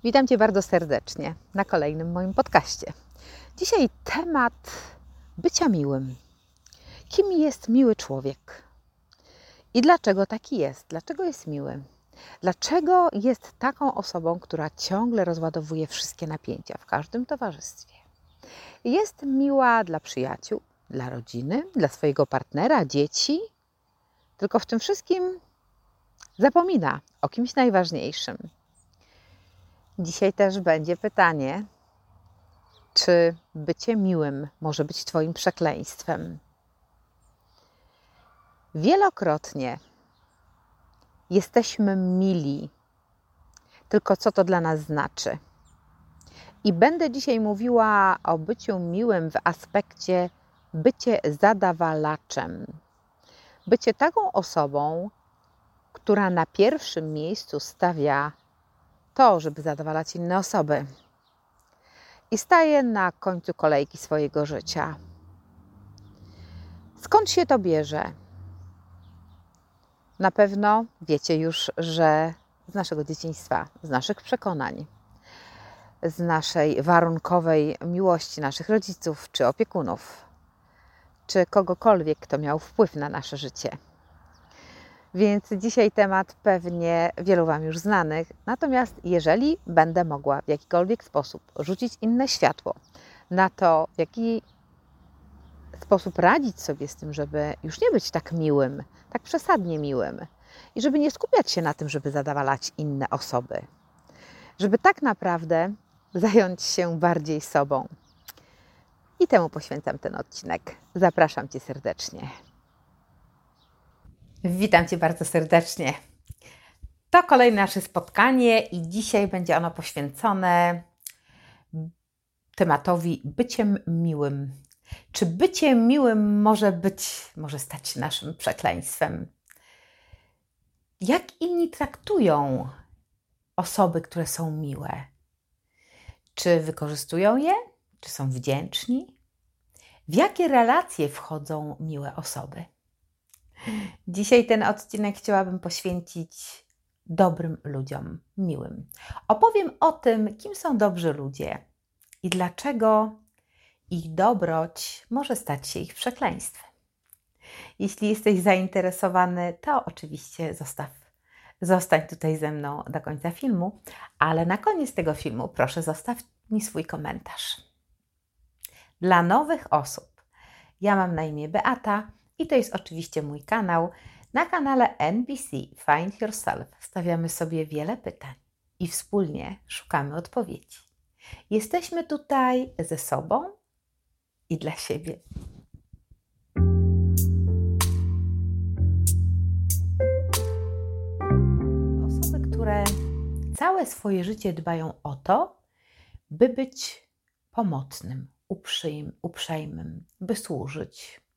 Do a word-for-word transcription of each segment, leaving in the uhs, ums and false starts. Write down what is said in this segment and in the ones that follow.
Witam Cię bardzo serdecznie na kolejnym moim podcaście. Dzisiaj temat bycia miłym. Kim jest miły człowiek? I dlaczego taki jest? Dlaczego jest miły? Dlaczego jest taką osobą, która ciągle rozładowuje wszystkie napięcia w każdym towarzystwie? Jest miła dla przyjaciół, dla rodziny, dla swojego partnera, dzieci. Tylko w tym wszystkim zapomina o kimś najważniejszym. Dzisiaj też będzie pytanie, czy bycie miłym może być Twoim przekleństwem? Wielokrotnie jesteśmy mili, tylko co to dla nas znaczy? I będę dzisiaj mówiła o byciu miłym w aspekcie bycie zadawalaczem. Bycie taką osobą, która na pierwszym miejscu stawia to, żeby zadowalać inne osoby. I staje na końcu kolejki swojego życia. Skąd się to bierze? Na pewno wiecie już, że z naszego dzieciństwa, z naszych przekonań, z naszej warunkowej miłości naszych rodziców czy opiekunów, czy kogokolwiek, kto miał wpływ na nasze życie. Więc dzisiaj temat pewnie wielu Wam już znanych, natomiast jeżeli będę mogła w jakikolwiek sposób rzucić inne światło na to, w jaki sposób radzić sobie z tym, żeby już nie być tak miłym, tak przesadnie miłym i żeby nie skupiać się na tym, żeby zadowalać inne osoby, żeby tak naprawdę zająć się bardziej sobą. I temu poświęcam ten odcinek. Zapraszam Cię serdecznie. Witam Cię bardzo serdecznie. To kolejne nasze spotkanie i dzisiaj będzie ono poświęcone tematowi byciem miłym. Czy bycie miłym może być, może stać się naszym przekleństwem? Jak inni traktują osoby, które są miłe? Czy wykorzystują je? Czy są wdzięczni? W jakie relacje wchodzą miłe osoby? Dzisiaj ten odcinek chciałabym poświęcić dobrym ludziom, miłym. Opowiem o tym, kim są dobrzy ludzie i dlaczego ich dobroć może stać się ich przekleństwem. Jeśli jesteś zainteresowany, to oczywiście zostaw, zostań tutaj ze mną do końca filmu, ale na koniec tego filmu proszę zostaw mi swój komentarz. Dla nowych osób, ja mam na imię Beata, i to jest oczywiście mój kanał. Na kanale N B C Find Yourself stawiamy sobie wiele pytań i wspólnie szukamy odpowiedzi. Jesteśmy tutaj ze sobą i dla siebie. Osoby, które całe swoje życie dbają o to, by być pomocnym, uprzejmym, by służyć.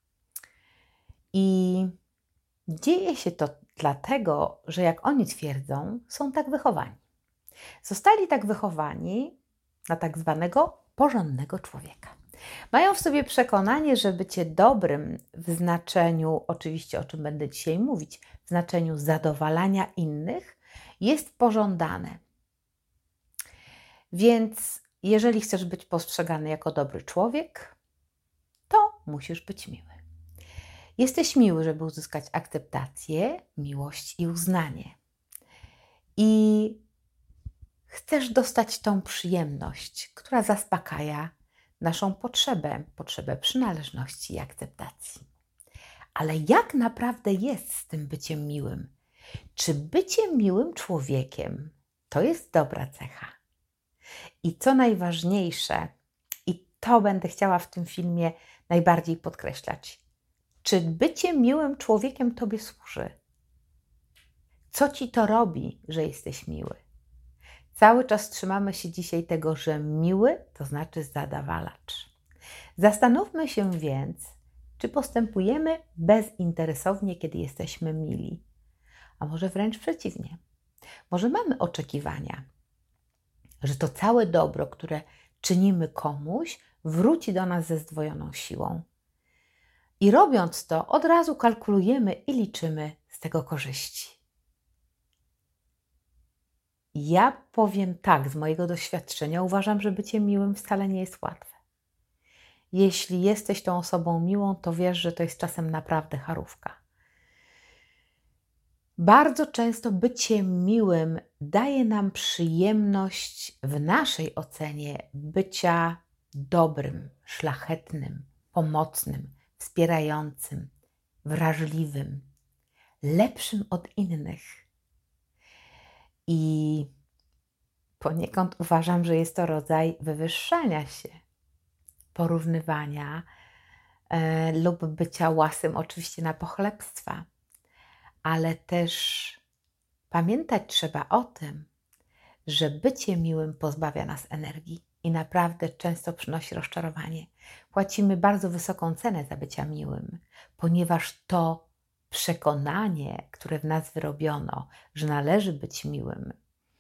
I dzieje się to dlatego, że jak oni twierdzą, są tak wychowani. Zostali tak wychowani na tak zwanego porządnego człowieka. Mają w sobie przekonanie, że bycie dobrym w znaczeniu, oczywiście o czym będę dzisiaj mówić, w znaczeniu zadowalania innych, jest pożądane. Więc jeżeli chcesz być postrzegany jako dobry człowiek, to musisz być miły. Jesteś miły, żeby uzyskać akceptację, miłość i uznanie. I chcesz dostać tą przyjemność, która zaspokaja naszą potrzebę, potrzebę przynależności i akceptacji. Ale jak naprawdę jest z tym byciem miłym? Czy bycie miłym człowiekiem to jest dobra cecha? I co najważniejsze, i to będę chciała w tym filmie najbardziej podkreślać, czy bycie miłym człowiekiem Tobie służy? Co Ci to robi, że jesteś miły? Cały czas trzymamy się dzisiaj tego, że miły to znaczy zadawalacz. Zastanówmy się więc, czy postępujemy bezinteresownie, kiedy jesteśmy mili. A może wręcz przeciwnie. Może mamy oczekiwania, że to całe dobro, które czynimy komuś, wróci do nas ze zdwojoną siłą. I robiąc to, od razu kalkulujemy i liczymy z tego korzyści. Ja powiem tak, z mojego doświadczenia uważam, że bycie miłym wcale nie jest łatwe. Jeśli jesteś tą osobą miłą, to wiesz, że to jest czasem naprawdę charówka. Bardzo często bycie miłym daje nam przyjemność w naszej ocenie bycia dobrym, szlachetnym, pomocnym, wspierającym, wrażliwym, lepszym od innych. I poniekąd uważam, że jest to rodzaj wywyższania się, porównywania e, lub bycia łasym oczywiście na pochlebstwa. Ale też pamiętać trzeba o tym, że bycie miłym pozbawia nas energii i naprawdę często przynosi rozczarowanie. Płacimy bardzo wysoką cenę za bycia miłym, ponieważ to przekonanie, które w nas wyrobiono, że należy być miłym,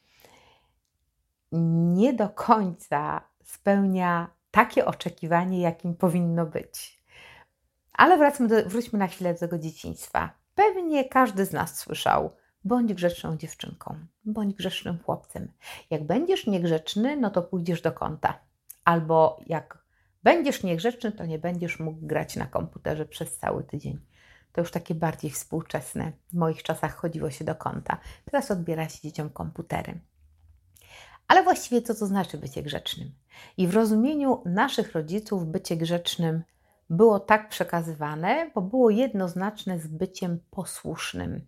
nie do końca spełnia takie oczekiwanie, jakim powinno być. Ale wracamy do, wróćmy na chwilę do tego dzieciństwa. Pewnie każdy z nas słyszał: bądź grzeczną dziewczynką, bądź grzecznym chłopcem. Jak będziesz niegrzeczny, no to pójdziesz do kąta. Albo jak będziesz niegrzeczny, to nie będziesz mógł grać na komputerze przez cały tydzień. To już takie bardziej współczesne. W moich czasach chodziło się do kąta. Teraz odbiera się dzieciom komputery. Ale właściwie co to znaczy bycie grzecznym? I w rozumieniu naszych rodziców bycie grzecznym było tak przekazywane, bo było jednoznaczne z byciem posłusznym.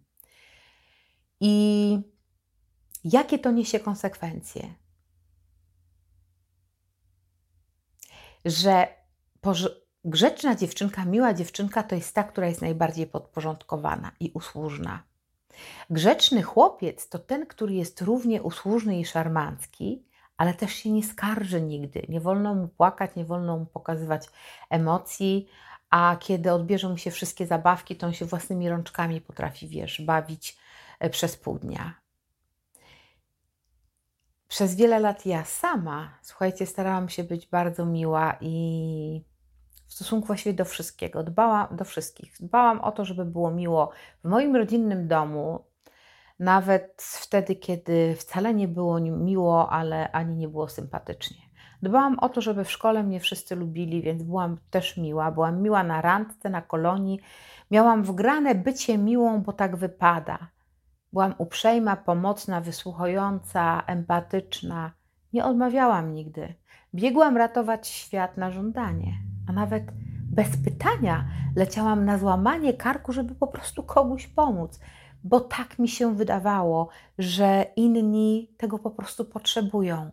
I jakie to niesie konsekwencje? Że grzeczna dziewczynka, miła dziewczynka to jest ta, która jest najbardziej podporządkowana i usłużna. Grzeczny chłopiec to ten, który jest równie usłużny i szarmancki, ale też się nie skarży nigdy. Nie wolno mu płakać, nie wolno mu pokazywać emocji, a kiedy odbierze mu się wszystkie zabawki, to on się własnymi rączkami potrafi, wiesz, bawić przez pół dnia. Przez wiele lat ja sama, słuchajcie, starałam się być bardzo miła i w stosunku właściwie do wszystkiego, dbałam do wszystkich. Dbałam o to, żeby było miło w moim rodzinnym domu, nawet wtedy, kiedy wcale nie było miło, ale ani nie było sympatycznie. Dbałam o to, żeby w szkole mnie wszyscy lubili, więc byłam też miła. Byłam miła na randce, na kolonii. Miałam wgrane bycie miłą, bo tak wypada. Byłam uprzejma, pomocna, wysłuchująca, empatyczna. Nie odmawiałam nigdy. Biegłam ratować świat na żądanie, a nawet bez pytania leciałam na złamanie karku, żeby po prostu komuś pomóc, bo tak mi się wydawało, że inni tego po prostu potrzebują.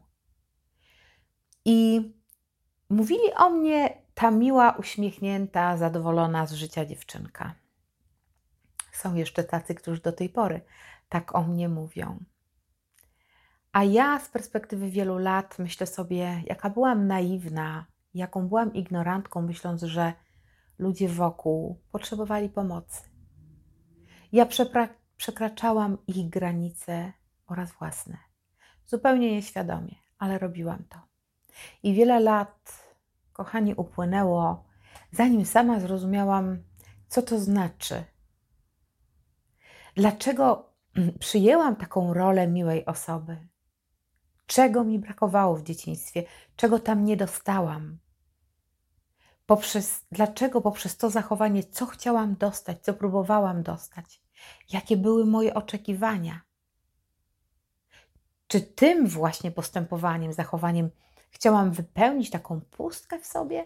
I mówili o mnie ta miła, uśmiechnięta, zadowolona z życia dziewczynka. Są jeszcze tacy, którzy do tej pory tak o mnie mówią. A ja z perspektywy wielu lat myślę sobie, jaka byłam naiwna, jaką byłam ignorantką, myśląc, że ludzie wokół potrzebowali pomocy. Ja przepra- przekraczałam ich granice oraz własne. Zupełnie nieświadomie, ale robiłam to. I wiele lat, kochani, upłynęło, zanim sama zrozumiałam, co to znaczy. Dlaczego przyjęłam taką rolę miłej osoby? Czego mi brakowało w dzieciństwie? Czego tam nie dostałam? Poprzez, dlaczego poprzez to zachowanie, co chciałam dostać, co próbowałam dostać? Jakie były moje oczekiwania? Czy tym właśnie postępowaniem, zachowaniem chciałam wypełnić taką pustkę w sobie?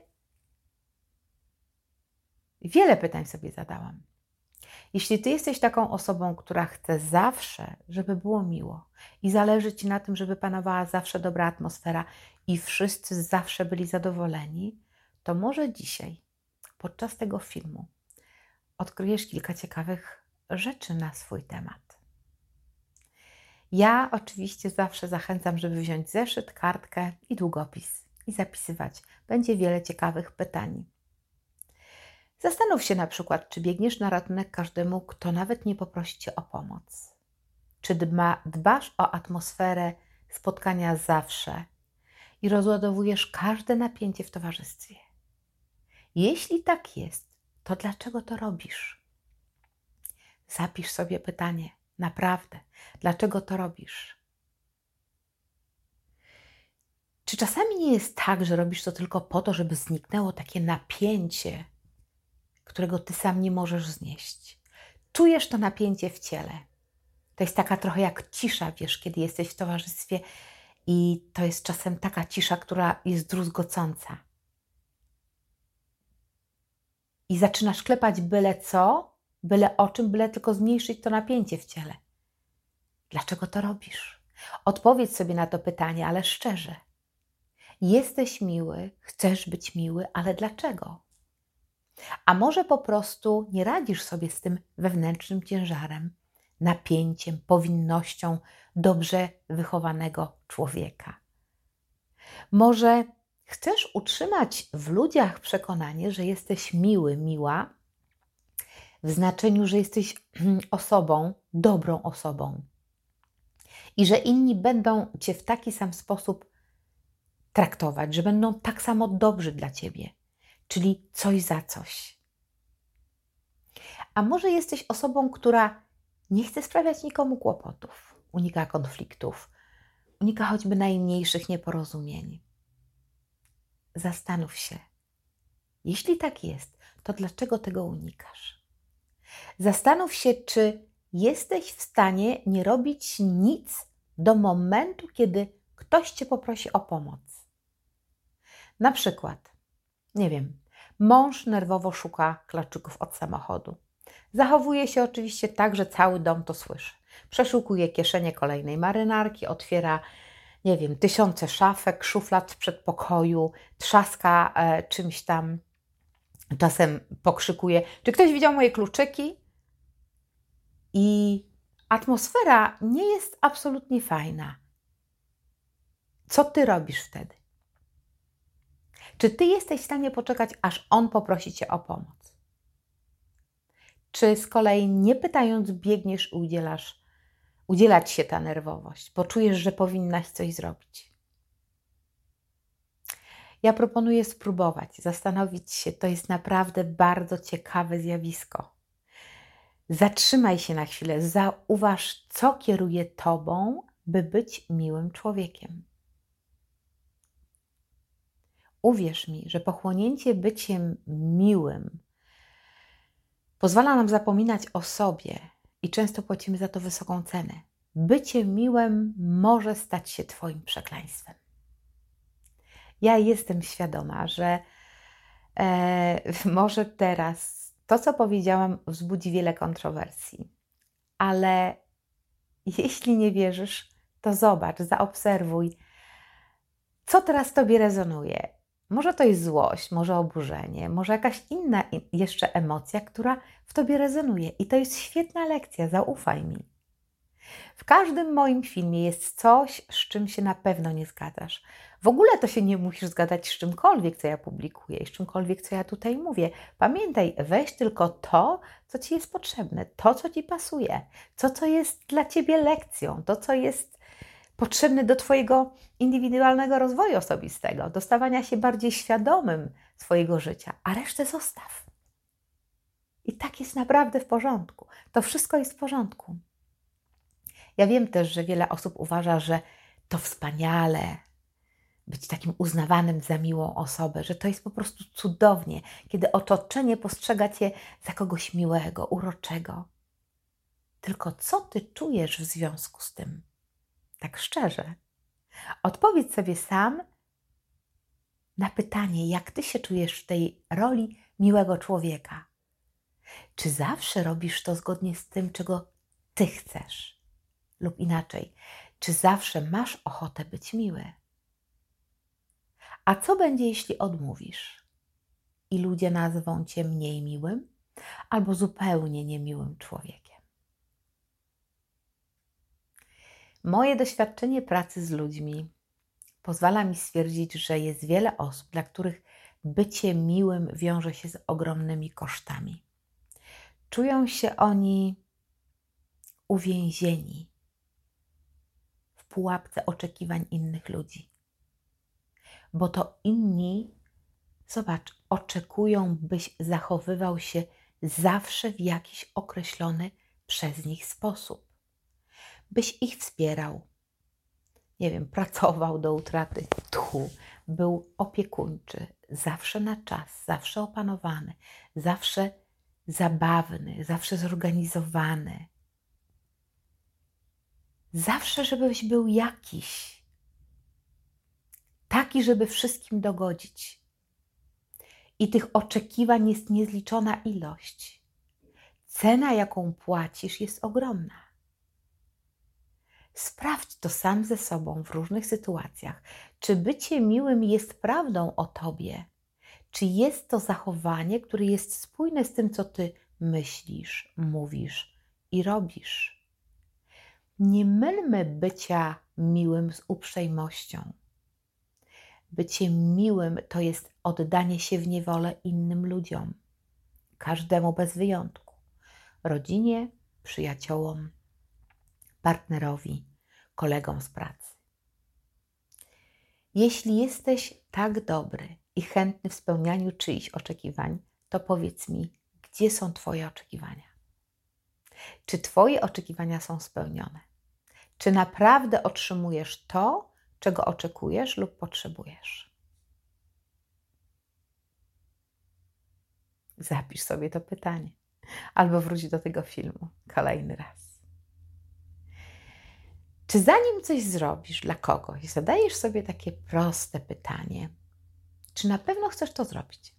Wiele pytań sobie zadałam. Jeśli Ty jesteś taką osobą, która chce zawsze, żeby było miło i zależy Ci na tym, żeby panowała zawsze dobra atmosfera i wszyscy zawsze byli zadowoleni, to może dzisiaj, podczas tego filmu, odkryjesz kilka ciekawych rzeczy na swój temat. Ja oczywiście zawsze zachęcam, żeby wziąć zeszyt, kartkę i długopis i zapisywać. Będzie wiele ciekawych pytań. Zastanów się na przykład, czy biegniesz na ratunek każdemu, kto nawet nie poprosi Cię o pomoc. Czy dba, dbasz o atmosferę spotkania zawsze i rozładowujesz każde napięcie w towarzystwie. Jeśli tak jest, to dlaczego to robisz? Zapisz sobie pytanie, naprawdę, dlaczego to robisz? Czy czasami nie jest tak, że robisz to tylko po to, żeby zniknęło takie napięcie, którego ty sam nie możesz znieść? Czujesz to napięcie w ciele. To jest taka trochę jak cisza, wiesz, kiedy jesteś w towarzystwie i to jest czasem taka cisza, która jest druzgocąca. I zaczynasz klepać byle co, byle o czym, byle tylko zmniejszyć to napięcie w ciele. Dlaczego to robisz? Odpowiedz sobie na to pytanie, ale szczerze. Jesteś miły, chcesz być miły, ale dlaczego? A może po prostu nie radzisz sobie z tym wewnętrznym ciężarem, napięciem, powinnością dobrze wychowanego człowieka? Może chcesz utrzymać w ludziach przekonanie, że jesteś miły, miła, w znaczeniu, że jesteś osobą, dobrą osobą i że inni będą cię w taki sam sposób traktować, że będą tak samo dobrzy dla ciebie, czyli coś za coś. A może jesteś osobą, która nie chce sprawiać nikomu kłopotów, unika konfliktów, unika choćby najmniejszych nieporozumień. Zastanów się, jeśli tak jest, to dlaczego tego unikasz? Zastanów się, czy jesteś w stanie nie robić nic do momentu, kiedy ktoś cię poprosi o pomoc. Na przykład, nie wiem, mąż nerwowo szuka klaczyków od samochodu. Zachowuje się oczywiście tak, że cały dom to słyszy. Przeszukuje kieszenie kolejnej marynarki, otwiera, nie wiem, tysiące szafek, szuflad w przedpokoju, trzaska e, czymś tam, czasem pokrzykuje, czy ktoś widział moje kluczyki? I atmosfera nie jest absolutnie fajna. Co ty robisz wtedy? Czy ty jesteś w stanie poczekać, aż on poprosi cię o pomoc? Czy z kolei nie pytając biegniesz i udzielasz, udzielać się ta nerwowość, bo czujesz, że powinnaś coś zrobić? Ja proponuję spróbować, zastanowić się, to jest naprawdę bardzo ciekawe zjawisko. Zatrzymaj się na chwilę, zauważ, co kieruje tobą, by być miłym człowiekiem. Uwierz mi, że pochłonięcie byciem miłym pozwala nam zapominać o sobie i często płacimy za to wysoką cenę. Bycie miłym może stać się twoim przekleństwem. Ja jestem świadoma, że e, może teraz to, co powiedziałam, wzbudzi wiele kontrowersji, ale jeśli nie wierzysz, to zobacz, zaobserwuj, co teraz tobie rezonuje. Może to jest złość, może oburzenie, może jakaś inna jeszcze emocja, która w tobie rezonuje. I to jest świetna lekcja, zaufaj mi. W każdym moim filmie jest coś, z czym się na pewno nie zgadzasz. W ogóle to się nie musisz zgadzać z czymkolwiek, co ja publikuję i z czymkolwiek, co ja tutaj mówię. Pamiętaj, weź tylko to, co ci jest potrzebne, to, co ci pasuje, to, co jest dla ciebie lekcją, to, co jest potrzebne do twojego indywidualnego rozwoju osobistego, do stawania się bardziej świadomym swojego życia, a resztę zostaw. I tak jest naprawdę w porządku. To wszystko jest w porządku. Ja wiem też, że wiele osób uważa, że to wspaniale być takim uznawanym za miłą osobę, że to jest po prostu cudownie, kiedy otoczenie postrzega cię za kogoś miłego, uroczego. Tylko co ty czujesz w związku z tym? Tak szczerze. Odpowiedz sobie sam na pytanie, jak ty się czujesz w tej roli miłego człowieka. Czy zawsze robisz to zgodnie z tym, czego ty chcesz? Lub inaczej, czy zawsze masz ochotę być miły? A co będzie, jeśli odmówisz i ludzie nazwą cię mniej miłym albo zupełnie niemiłym człowiekiem? Moje doświadczenie pracy z ludźmi pozwala mi stwierdzić, że jest wiele osób, dla których bycie miłym wiąże się z ogromnymi kosztami. Czują się oni uwięzieni w pułapce oczekiwań innych ludzi. Bo to inni, zobacz, oczekują, byś zachowywał się zawsze w jakiś określony przez nich sposób. Byś ich wspierał, nie wiem, pracował do utraty ruchu był opiekuńczy, zawsze na czas, zawsze opanowany, zawsze zabawny, zawsze zorganizowany. Zawsze, żebyś był jakiś. Taki, żeby wszystkim dogodzić. I tych oczekiwań jest niezliczona ilość. Cena, jaką płacisz, jest ogromna. Sprawdź to sam ze sobą w różnych sytuacjach. Czy bycie miłym jest prawdą o tobie? Czy jest to zachowanie, które jest spójne z tym, co ty myślisz, mówisz i robisz? Nie mylmy bycia miłym z uprzejmością. Bycie miłym to jest oddanie się w niewolę innym ludziom. Każdemu bez wyjątku. Rodzinie, przyjaciołom, partnerowi, kolegom z pracy. Jeśli jesteś tak dobry i chętny w spełnianiu czyichś oczekiwań, to powiedz mi, gdzie są twoje oczekiwania? Czy twoje oczekiwania są spełnione? Czy naprawdę otrzymujesz to, czego oczekujesz lub potrzebujesz? Zapisz sobie to pytanie albo wróć do tego filmu kolejny raz. Czy zanim coś zrobisz dla kogoś, zadajesz sobie takie proste pytanie, czy na pewno chcesz to zrobić?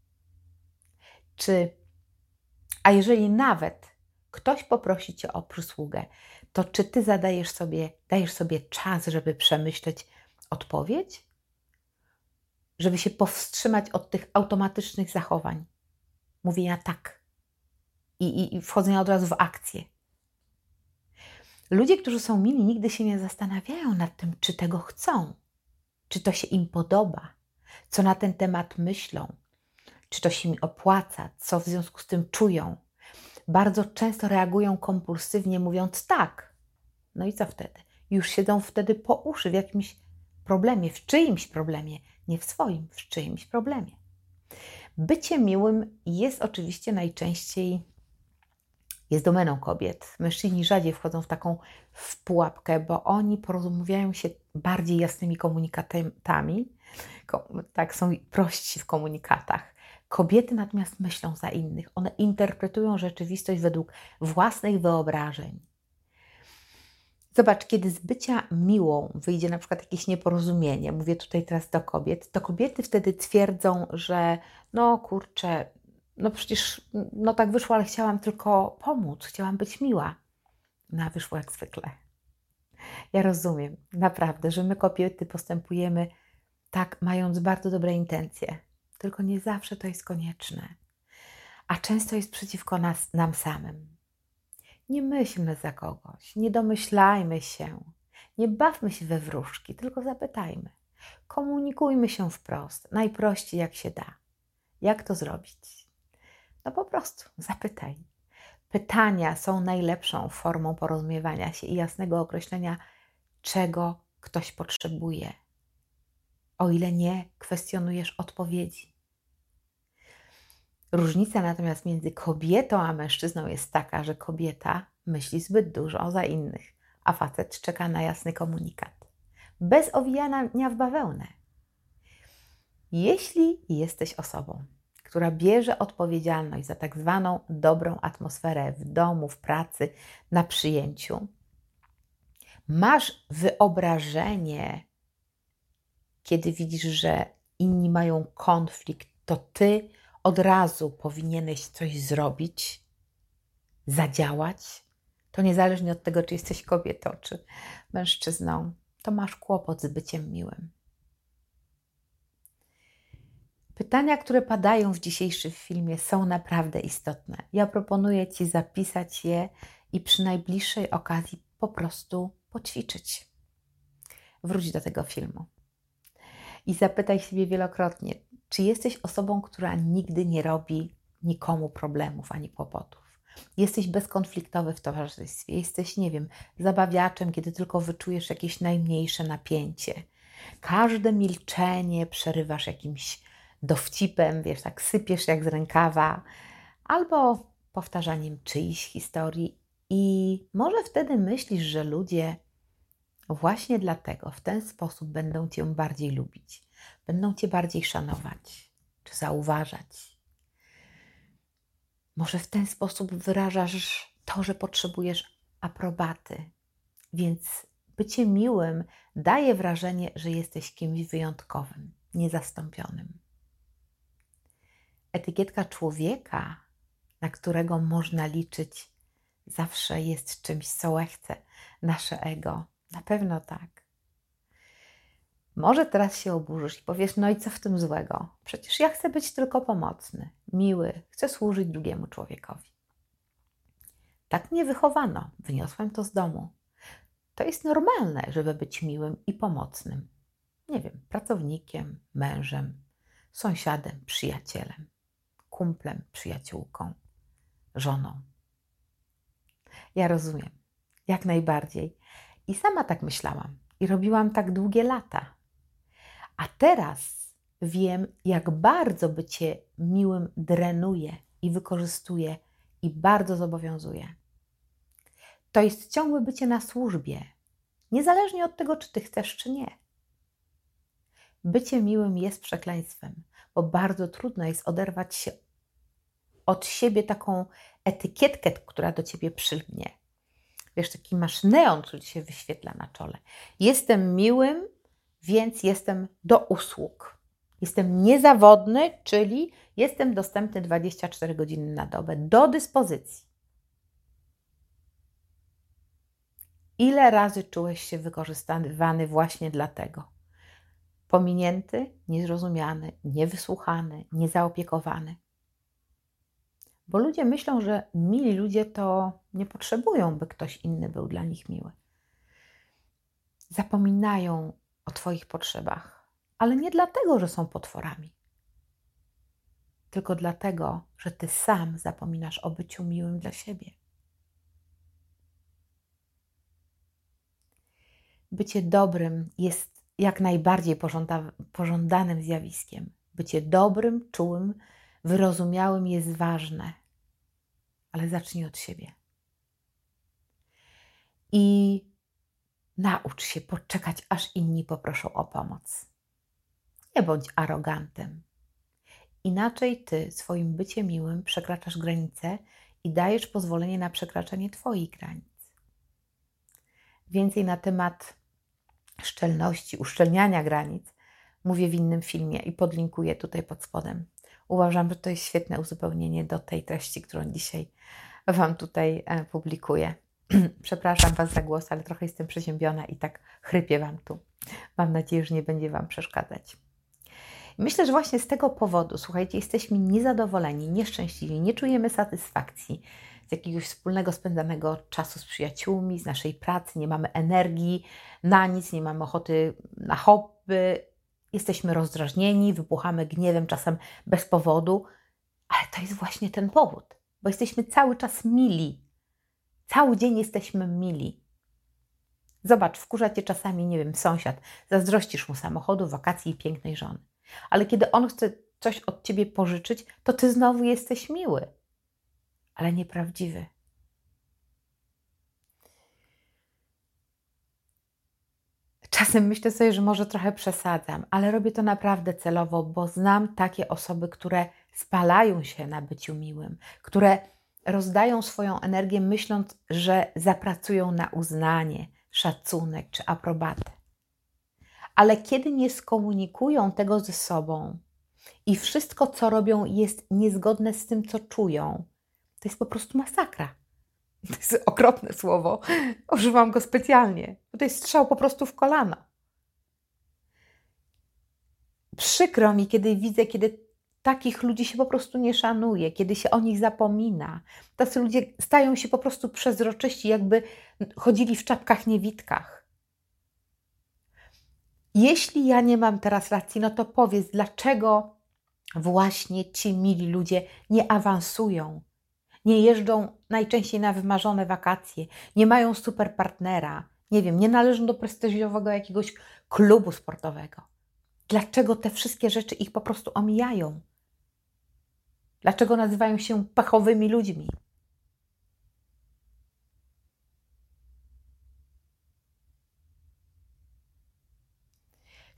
Czy, a jeżeli nawet ktoś poprosi cię o przysługę, to czy ty zadajesz sobie, dajesz sobie czas, żeby przemyśleć odpowiedź? Żeby się powstrzymać od tych automatycznych zachowań, mówienia tak i, i, i wchodzenia od razu w akcję. Ludzie, którzy są mili, nigdy się nie zastanawiają nad tym, czy tego chcą, czy to się im podoba, co na ten temat myślą, czy to się mi opłaca, co w związku z tym czują. Bardzo często reagują kompulsywnie, mówiąc tak. No i co wtedy? Już siedzą wtedy po uszy w jakimś problemie, w czyimś problemie, nie w swoim, w czyimś problemie. Bycie miłym jest oczywiście najczęściej jest domeną kobiet. Mężczyźni rzadziej wchodzą w taką w pułapkę, bo oni porozumiewają się bardziej jasnymi komunikatami. Tak, są prości w komunikatach. Kobiety natomiast myślą za innych. One interpretują rzeczywistość według własnych wyobrażeń. Zobacz, kiedy z bycia miłą wyjdzie na przykład jakieś nieporozumienie, mówię tutaj teraz do kobiet, to kobiety wtedy twierdzą, że no kurczę, no przecież no tak wyszło, ale chciałam tylko pomóc, chciałam być miła. No a wyszło jak zwykle. Ja rozumiem, naprawdę, że my kobiety postępujemy tak, mając bardzo dobre intencje, tylko nie zawsze to jest konieczne, a często jest przeciwko nas, nam samym. Nie myślmy za kogoś, nie domyślajmy się, nie bawmy się we wróżki, tylko zapytajmy. Komunikujmy się wprost, najprościej jak się da. Jak to zrobić? No po prostu zapytaj. Pytania są najlepszą formą porozumiewania się i jasnego określenia, czego ktoś potrzebuje, o ile nie kwestionujesz odpowiedzi. Różnica natomiast między kobietą a mężczyzną jest taka, że kobieta myśli zbyt dużo za innych, a facet czeka na jasny komunikat. Bez owijania w bawełnę. Jeśli jesteś osobą, która bierze odpowiedzialność za tak zwaną dobrą atmosferę w domu, w pracy, na przyjęciu, masz wyobrażenie, kiedy widzisz, że inni mają konflikt, to ty od razu powinieneś coś zrobić, zadziałać, to niezależnie od tego, czy jesteś kobietą, czy mężczyzną, to masz kłopot z byciem miłym. Pytania, które padają w dzisiejszym filmie, są naprawdę istotne. Ja proponuję Ci zapisać je i przy najbliższej okazji po prostu poćwiczyć. Wróć do tego filmu i zapytaj siebie wielokrotnie, czy jesteś osobą, która nigdy nie robi nikomu problemów ani kłopotów. Jesteś bezkonfliktowy w towarzystwie, jesteś, nie wiem, zabawiaczem, kiedy tylko wyczujesz jakieś najmniejsze napięcie. Każde milczenie przerywasz jakimś dowcipem, wiesz, tak sypiesz jak z rękawa, albo powtarzaniem czyichś historii i może wtedy myślisz, że ludzie Właśnie dlatego w ten sposób będą Cię bardziej lubić, będą Cię bardziej szanować czy zauważać. Może w ten sposób wyrażasz to, że potrzebujesz aprobaty, więc bycie miłym daje wrażenie, że jesteś kimś wyjątkowym, niezastąpionym. Etykietka człowieka, na którego można liczyć, zawsze jest czymś, co łechce nasze ego. Na pewno tak. Może teraz się oburzysz i powiesz, no i co w tym złego? Przecież ja chcę być tylko pomocny, miły, chcę służyć drugiemu człowiekowi. Tak mnie wychowano, wyniosłem to z domu. To jest normalne, żeby być miłym i pomocnym. Nie wiem, pracownikiem, mężem, sąsiadem, przyjacielem, kumplem, przyjaciółką, żoną. Ja rozumiem, jak najbardziej. I sama tak myślałam i robiłam tak długie lata. A teraz wiem, jak bardzo bycie miłym drenuje i wykorzystuje i bardzo zobowiązuje. To jest ciągłe bycie na służbie, niezależnie od tego, czy ty chcesz, czy nie. Bycie miłym jest przekleństwem, bo bardzo trudno jest oderwać się od siebie taką etykietkę, która do ciebie przylgnie. Wiesz, taki masz neon, który się wyświetla na czole. Jestem miłym, więc jestem do usług. Jestem niezawodny, czyli jestem dostępny dwadzieścia cztery godziny na dobę, do dyspozycji. Ile razy czułeś się wykorzystywany właśnie dlatego? Pominięty, niezrozumiany, niewysłuchany, niezaopiekowany. Bo ludzie myślą, że mili ludzie to nie potrzebują, by ktoś inny był dla nich miły. Zapominają o Twoich potrzebach, ale nie dlatego, że są potworami. Tylko dlatego, że Ty sam zapominasz o byciu miłym dla siebie. Bycie dobrym jest jak najbardziej pożąda- pożądanym zjawiskiem. Bycie dobrym, czułym, wyrozumiałym jest ważne, ale zacznij od siebie. I naucz się poczekać, aż inni poproszą o pomoc. Nie bądź arogantem. Inaczej Ty swoim byciem miłym przekraczasz granice i dajesz pozwolenie na przekraczanie Twoich granic. Więcej na temat szczelności, uszczelniania granic mówię w innym filmie i podlinkuję tutaj pod spodem. Uważam, że to jest świetne uzupełnienie do tej treści, którą dzisiaj Wam tutaj publikuję. Przepraszam Was za głos, ale trochę jestem przeziębiona i tak chrypię Wam tu. Mam nadzieję, że nie będzie Wam przeszkadzać. Myślę, że właśnie z tego powodu, słuchajcie, jesteśmy niezadowoleni, nieszczęśliwi, nie czujemy satysfakcji z jakiegoś wspólnego spędzanego czasu z przyjaciółmi, z naszej pracy, nie mamy energii na nic, nie mamy ochoty na hobby, jesteśmy rozdrażnieni, wybuchamy gniewem czasem bez powodu, ale to jest właśnie ten powód, bo jesteśmy cały czas mili. Cały dzień jesteśmy mili. Zobacz, wkurza Cię czasami, nie wiem, sąsiad, zazdrościsz mu samochodu, wakacji i pięknej żony. Ale kiedy on chce coś od Ciebie pożyczyć, to Ty znowu jesteś miły, ale nieprawdziwy. Czasem myślę sobie, że może trochę przesadzam, ale robię to naprawdę celowo, bo znam takie osoby, które spalają się na byciu miłym, które rozdają swoją energię, myśląc, że zapracują na uznanie, szacunek czy aprobatę. Ale kiedy nie skomunikują tego ze sobą i wszystko, co robią, jest niezgodne z tym, co czują, to jest po prostu masakra. To jest okropne słowo, używam go specjalnie, bo to jest strzał po prostu w kolano. Przykro mi, kiedy widzę, kiedy takich ludzi się po prostu nie szanuje, kiedy się o nich zapomina. Tacy ludzie stają się po prostu przezroczyści, jakby chodzili w czapkach niewitkach. Jeśli ja nie mam teraz racji, no to powiedz, dlaczego właśnie ci mili ludzie nie awansują, nie jeżdżą najczęściej na wymarzone wakacje, nie mają super partnera, nie wiem, nie należą do prestiżowego jakiegoś klubu sportowego. Dlaczego te wszystkie rzeczy ich po prostu omijają? Dlaczego nazywają się pechowymi ludźmi?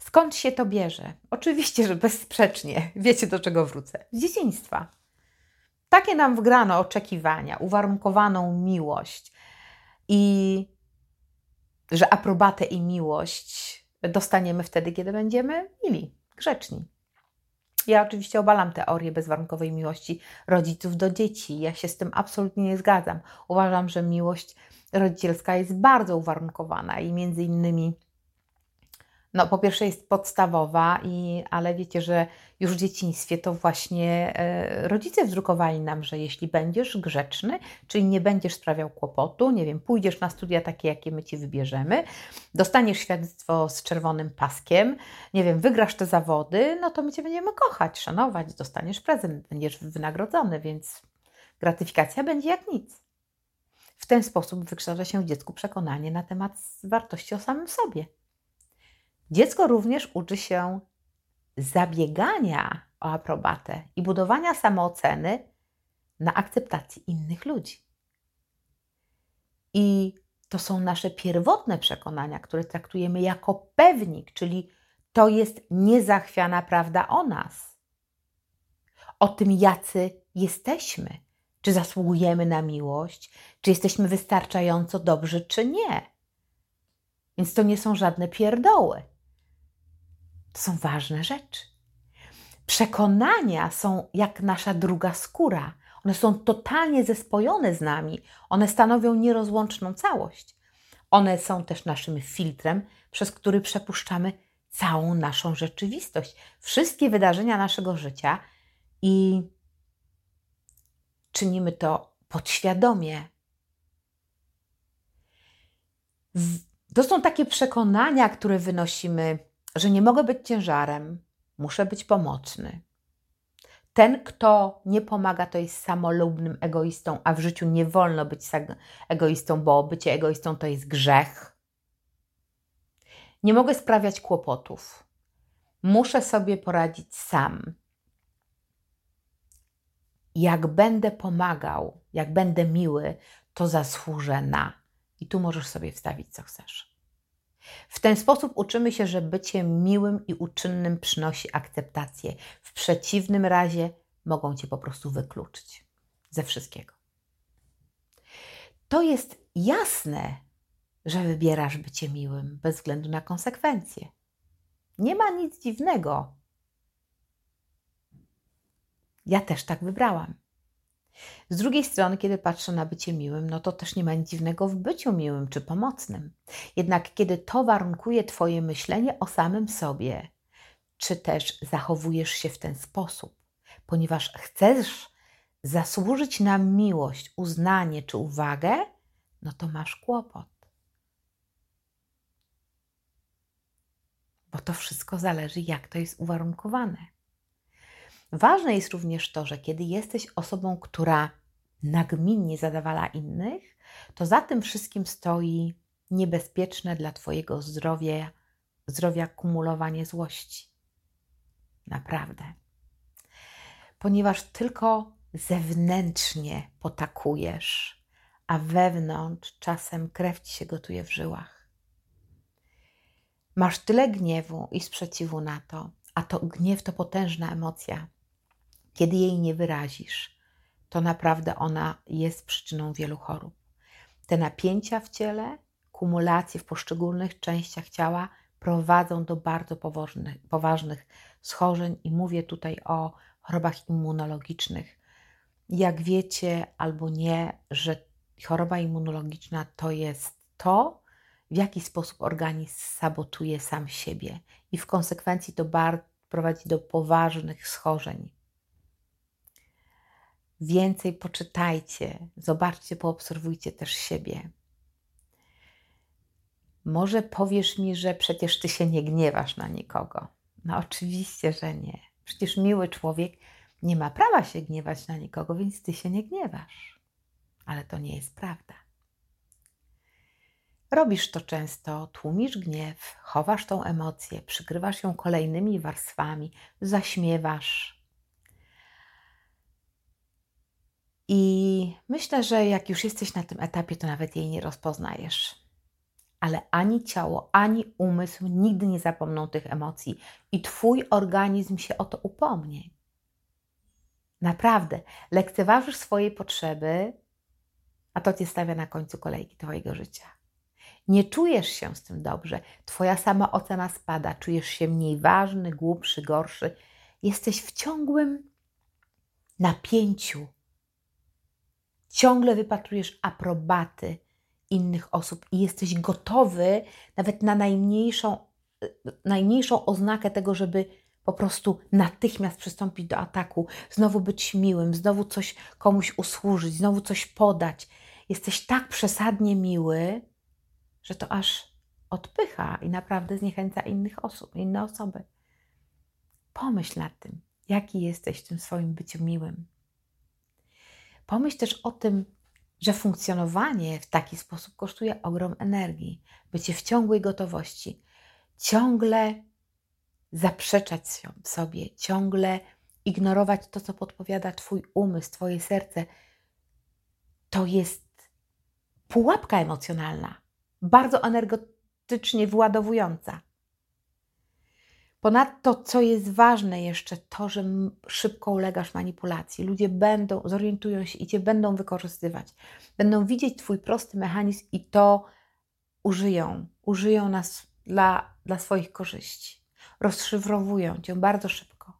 Skąd się to bierze? Oczywiście, że bezsprzecznie. Wiecie, do czego wrócę. Z dzieciństwa. Takie nam wgrano oczekiwania, uwarunkowaną miłość i że aprobatę i miłość dostaniemy wtedy, kiedy będziemy mili, grzeczni. Ja oczywiście obalam teorię bezwarunkowej miłości rodziców do dzieci. Ja się z tym absolutnie nie zgadzam. Uważam, że miłość rodzicielska jest bardzo uwarunkowana i między innymi no po pierwsze jest podstawowa, i, ale wiecie, że już w dzieciństwie to właśnie e, rodzice wdrukowali nam, że jeśli będziesz grzeczny, czyli nie będziesz sprawiał kłopotu, nie wiem, pójdziesz na studia takie, jakie my Ci wybierzemy, dostaniesz świadectwo z czerwonym paskiem, nie wiem, wygrasz te zawody, no to my Cię będziemy kochać, szanować, dostaniesz prezent, będziesz wynagrodzony, więc gratyfikacja będzie jak nic. W ten sposób wykształca się w dziecku przekonanie na temat wartości o samym sobie. Dziecko również uczy się zabiegania o aprobatę i budowania samooceny na akceptacji innych ludzi. I to są nasze pierwotne przekonania, które traktujemy jako pewnik, czyli to jest niezachwiana prawda o nas. O tym, jacy jesteśmy. Czy zasługujemy na miłość, czy jesteśmy wystarczająco dobrzy, czy nie. Więc to nie są żadne pierdoły. To są ważne rzeczy. Przekonania są jak nasza druga skóra. One są totalnie zespojone z nami. One stanowią nierozłączną całość. One są też naszym filtrem, przez który przepuszczamy całą naszą rzeczywistość. Wszystkie wydarzenia naszego życia i czynimy to podświadomie. To są takie przekonania, które wynosimy, że nie mogę być ciężarem, muszę być pomocny. Ten, kto nie pomaga, to jest samolubnym egoistą, a w życiu nie wolno być egoistą, bo bycie egoistą to jest grzech. Nie mogę sprawiać kłopotów. Muszę sobie poradzić sam. Jak będę pomagał, jak będę miły, to zasłużę na. I tu możesz sobie wstawić, co chcesz. W ten sposób uczymy się, że bycie miłym i uczynnym przynosi akceptację. W przeciwnym razie mogą Cię po prostu wykluczyć ze wszystkiego. To jest jasne, że wybierasz bycie miłym bez względu na konsekwencje. Nie ma nic dziwnego. Ja też tak wybrałam. Z drugiej strony, kiedy patrzę na bycie miłym, no to też nie ma nic dziwnego w byciu miłym czy pomocnym. Jednak kiedy to warunkuje Twoje myślenie o samym sobie, czy też zachowujesz się w ten sposób, ponieważ chcesz zasłużyć na miłość, uznanie czy uwagę, no to masz kłopot. Bo to wszystko zależy, jak to jest uwarunkowane. Ważne jest również to, że kiedy jesteś osobą, która nagminnie zadawala innych, to za tym wszystkim stoi niebezpieczne dla Twojego zdrowia, zdrowia kumulowanie złości. Naprawdę. Ponieważ tylko zewnętrznie potakujesz, a wewnątrz czasem krew Ci się gotuje w żyłach. Masz tyle gniewu i sprzeciwu na to, a to gniew to potężna emocja. Kiedy jej nie wyrazisz, to naprawdę ona jest przyczyną wielu chorób. Te napięcia w ciele, kumulacje w poszczególnych częściach ciała prowadzą do bardzo poważnych, poważnych schorzeń i mówię tutaj o chorobach immunologicznych. Jak wiecie albo nie, że choroba immunologiczna to jest to, w jaki sposób organizm sabotuje sam siebie i w konsekwencji to bar- prowadzi do poważnych schorzeń. Więcej poczytajcie, zobaczcie, poobserwujcie też siebie. Może powiesz mi, że przecież Ty się nie gniewasz na nikogo. No oczywiście, że nie. Przecież miły człowiek nie ma prawa się gniewać na nikogo, więc Ty się nie gniewasz. Ale to nie jest prawda. Robisz to często, tłumisz gniew, chowasz tą emocję, przykrywasz ją kolejnymi warstwami, zaśmiewasz. I myślę, że jak już jesteś na tym etapie, to nawet jej nie rozpoznajesz. ale ani ciało, ani umysł nigdy nie zapomną tych emocji i Twój organizm się o to upomnie. Naprawdę, lekceważysz swoje potrzeby, a to Cię stawia na końcu kolejki Twojego życia. Nie czujesz się z tym dobrze, Twoja samoocena spada, czujesz się mniej ważny, głupszy, gorszy. Jesteś w ciągłym napięciu. Ciągle wypatrujesz aprobaty innych osób i jesteś gotowy nawet na najmniejszą, najmniejszą oznakę tego, żeby po prostu natychmiast przystąpić do ataku, znowu być miłym, znowu coś komuś usłużyć, znowu coś podać. Jesteś tak przesadnie miły, że to aż odpycha i naprawdę zniechęca innych osób, inne osoby. Pomyśl nad tym, jaki jesteś w tym swoim byciu miłym. Pomyśl też o tym, że funkcjonowanie w taki sposób kosztuje ogrom energii. Bycie w ciągłej gotowości, ciągle zaprzeczać sobie, ciągle ignorować to, co podpowiada Twój umysł, Twoje serce. To jest pułapka emocjonalna, bardzo energetycznie wyładowująca. Ponadto, co jest ważne jeszcze, to, że szybko ulegasz manipulacji. Ludzie będą, zorientują się i Cię będą wykorzystywać. Będą widzieć Twój prosty mechanizm i to użyją. Użyją nas dla, dla swoich korzyści. Rozszyfrowują Cię bardzo szybko.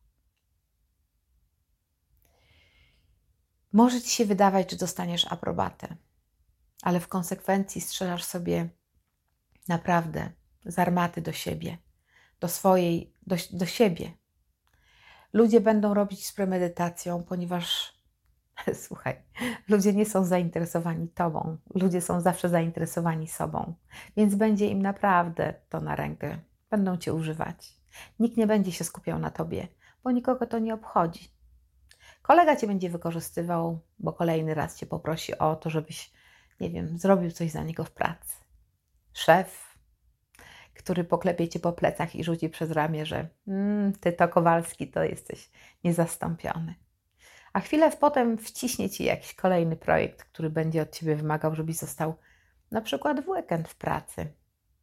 Może Ci się wydawać, że dostaniesz aprobatę, ale w konsekwencji strzelasz sobie naprawdę z armaty do siebie. do swojej, do, do siebie. Ludzie będą robić z premedytacją, ponieważ słuchaj, ludzie nie są zainteresowani Tobą. Ludzie są zawsze zainteresowani sobą. Więc będzie im naprawdę to na rękę. Będą Cię używać. Nikt nie będzie się skupiał na Tobie, bo nikogo to nie obchodzi. Kolega Cię będzie wykorzystywał, bo kolejny raz Cię poprosi o to, żebyś, nie wiem, zrobił coś za niego w pracy. Szef, który poklepie Cię po plecach i rzuci przez ramię, że mmm, Ty to Kowalski, to jesteś niezastąpiony. A chwilę potem wciśnie Ci jakiś kolejny projekt, który będzie od Ciebie wymagał, żebyś został na przykład w weekend w pracy.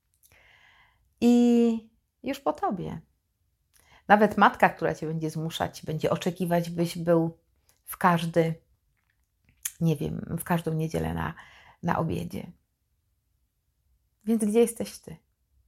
I już po Tobie. Nawet matka, która Cię będzie zmuszać, będzie oczekiwać, byś był w każdy, nie wiem, w każdą niedzielę na, na obiedzie. Więc gdzie jesteś Ty?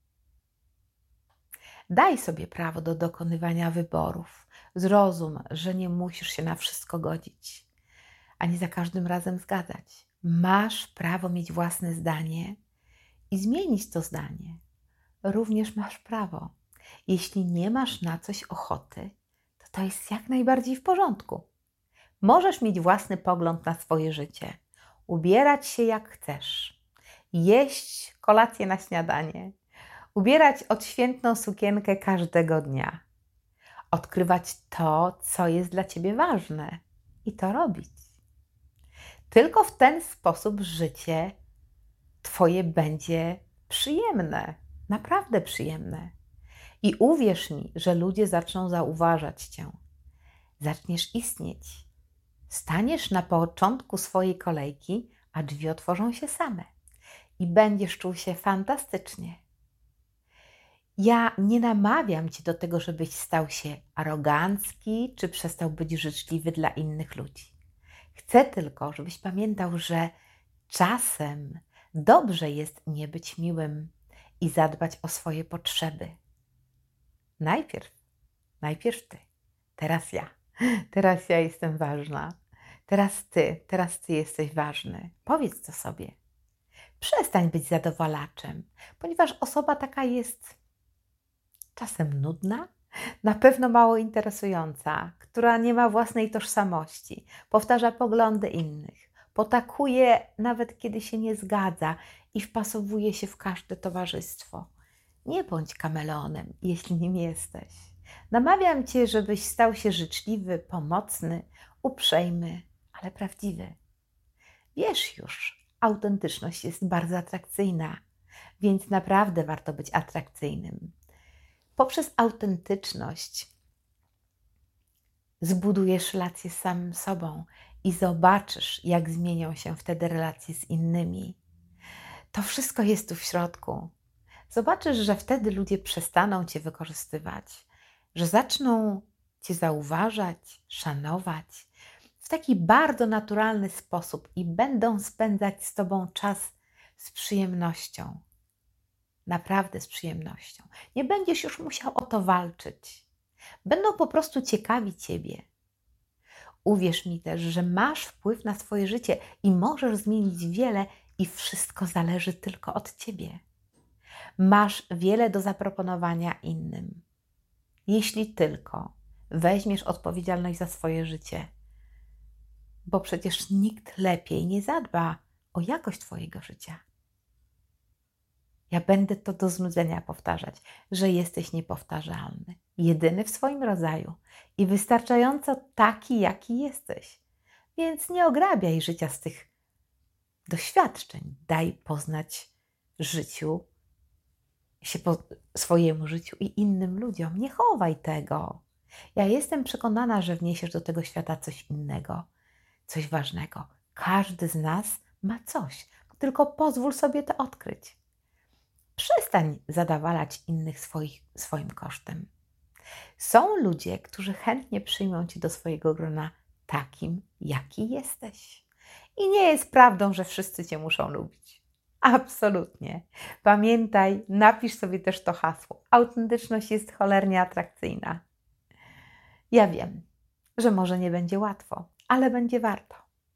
Daj sobie prawo do dokonywania wyborów. Zrozum, że nie musisz się na wszystko godzić, ani za każdym razem zgadzać. Masz prawo mieć własne zdanie i zmienić to zdanie. Również masz prawo. Jeśli nie masz na coś ochoty, to to jest jak najbardziej w porządku. Możesz mieć własny pogląd na swoje życie, ubierać się jak chcesz, jeść kolację na śniadanie, ubierać odświętną sukienkę każdego dnia, odkrywać to, co jest dla Ciebie ważne i to robić. Tylko w ten sposób życie Twoje będzie przyjemne, naprawdę przyjemne. I uwierz mi, że ludzie zaczną zauważać Cię. Zaczniesz istnieć. Staniesz na początku swojej kolejki, a drzwi otworzą się same. I będziesz czuł się fantastycznie. Ja nie namawiam Cię do tego, żebyś stał się arogancki, czy przestał być życzliwy dla innych ludzi. Chcę tylko, żebyś pamiętał, że czasem dobrze jest nie być miłym i zadbać o swoje potrzeby. Najpierw, najpierw Ty, teraz ja, teraz ja jestem ważna, teraz Ty, teraz Ty jesteś ważny. Powiedz to sobie. Przestań być zadowalaczem, ponieważ osoba taka jest czasem nudna, na pewno mało interesująca, która nie ma własnej tożsamości, powtarza poglądy innych, potakuje nawet kiedy się nie zgadza i wpasowuje się w każde towarzystwo. Nie bądź kameleonem, jeśli nim jesteś. Namawiam Cię, żebyś stał się życzliwy, pomocny, uprzejmy, ale prawdziwy. Wiesz już, autentyczność jest bardzo atrakcyjna, więc naprawdę warto być atrakcyjnym. Poprzez autentyczność zbudujesz relacje z samym sobą i zobaczysz, jak zmienią się wtedy relacje z innymi. To wszystko jest tu w środku. Zobaczysz, że wtedy ludzie przestaną Cię wykorzystywać, że zaczną Cię zauważać, szanować w taki bardzo naturalny sposób i będą spędzać z Tobą czas z przyjemnością. Naprawdę z przyjemnością. Nie będziesz już musiał o to walczyć. Będą po prostu ciekawi Ciebie. Uwierz mi też, że masz wpływ na swoje życie i możesz zmienić wiele i wszystko zależy tylko od Ciebie. Masz wiele do zaproponowania innym. Jeśli tylko weźmiesz odpowiedzialność za swoje życie, bo przecież nikt lepiej nie zadba o jakość Twojego życia. Ja będę to do znudzenia powtarzać, że jesteś niepowtarzalny, jedyny w swoim rodzaju i wystarczająco taki, jaki jesteś. Więc nie ograbiaj życia z tych doświadczeń. Daj poznać życiu, się po swojemu życiu i innym ludziom. Nie chowaj tego. Ja jestem przekonana, że wniesiesz do tego świata coś innego, coś ważnego. Każdy z nas ma coś, tylko pozwól sobie to odkryć. Przestań zadawalać innych swoich, swoim kosztem. Są ludzie, którzy chętnie przyjmą Cię do swojego grona takim, jaki jesteś. I nie jest prawdą, że wszyscy Cię muszą lubić. Absolutnie. Pamiętaj, napisz sobie też to hasło. Autentyczność jest cholernie atrakcyjna. Ja wiem, że może nie będzie łatwo, ale będzie warto.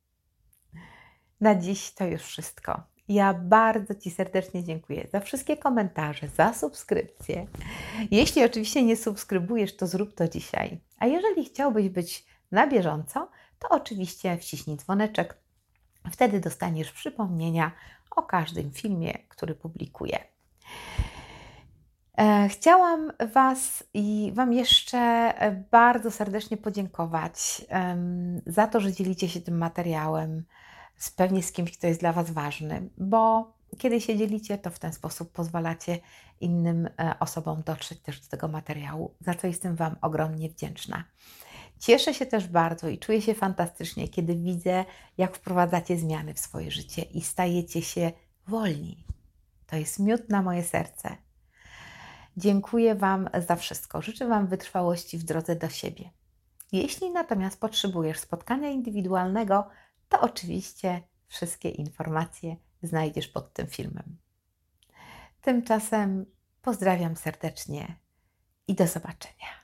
Na dziś to już wszystko. Ja bardzo Ci serdecznie dziękuję za wszystkie komentarze, za subskrypcję. Jeśli oczywiście nie subskrybujesz, to zrób to dzisiaj. A jeżeli chciałbyś być na bieżąco, to oczywiście wciśnij dzwoneczek. Wtedy dostaniesz przypomnienia o każdym filmie, który publikuję. Chciałam Was i Wam jeszcze bardzo serdecznie podziękować za to, że dzielicie się tym materiałem, pewnie z kimś, kto jest dla Was ważny, bo kiedy się dzielicie, to w ten sposób pozwalacie innym osobom dotrzeć też do tego materiału, za co jestem Wam ogromnie wdzięczna. Cieszę się też bardzo i czuję się fantastycznie, kiedy widzę, jak wprowadzacie zmiany w swoje życie i stajecie się wolni. To jest miód na moje serce. Dziękuję Wam za wszystko. Życzę Wam wytrwałości w drodze do siebie. Jeśli natomiast potrzebujesz spotkania indywidualnego, to oczywiście wszystkie informacje znajdziesz pod tym filmem. Tymczasem pozdrawiam serdecznie i do zobaczenia.